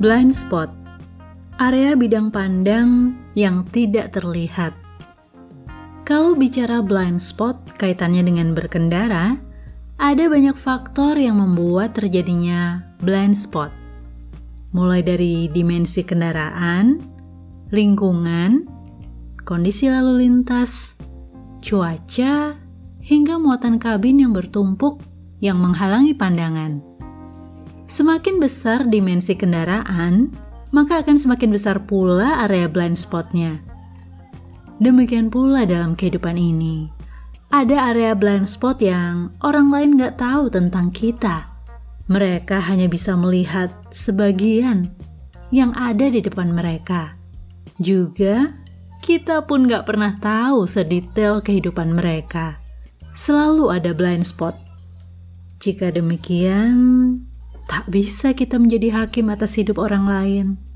Blind spot, area bidang pandang yang tidak terlihat. Kalau bicara blind spot kaitannya dengan berkendara, ada banyak faktor yang membuat terjadinya blind spot. Mulai dari dimensi kendaraan, lingkungan, kondisi lalu lintas, cuaca, hingga muatan kabin yang bertumpuk yang menghalangi pandangan. Semakin besar dimensi kendaraan, maka akan semakin besar pula area blind spotnya. Demikian pula dalam kehidupan ini. Ada area blind spot yang orang lain gak tahu tentang kita. Mereka hanya bisa melihat sebagian yang ada di depan mereka. Juga, kita pun gak pernah tahu sedetail kehidupan mereka. Selalu ada blind spot. Jika demikian, tak bisa kita menjadi hakim atas hidup orang lain.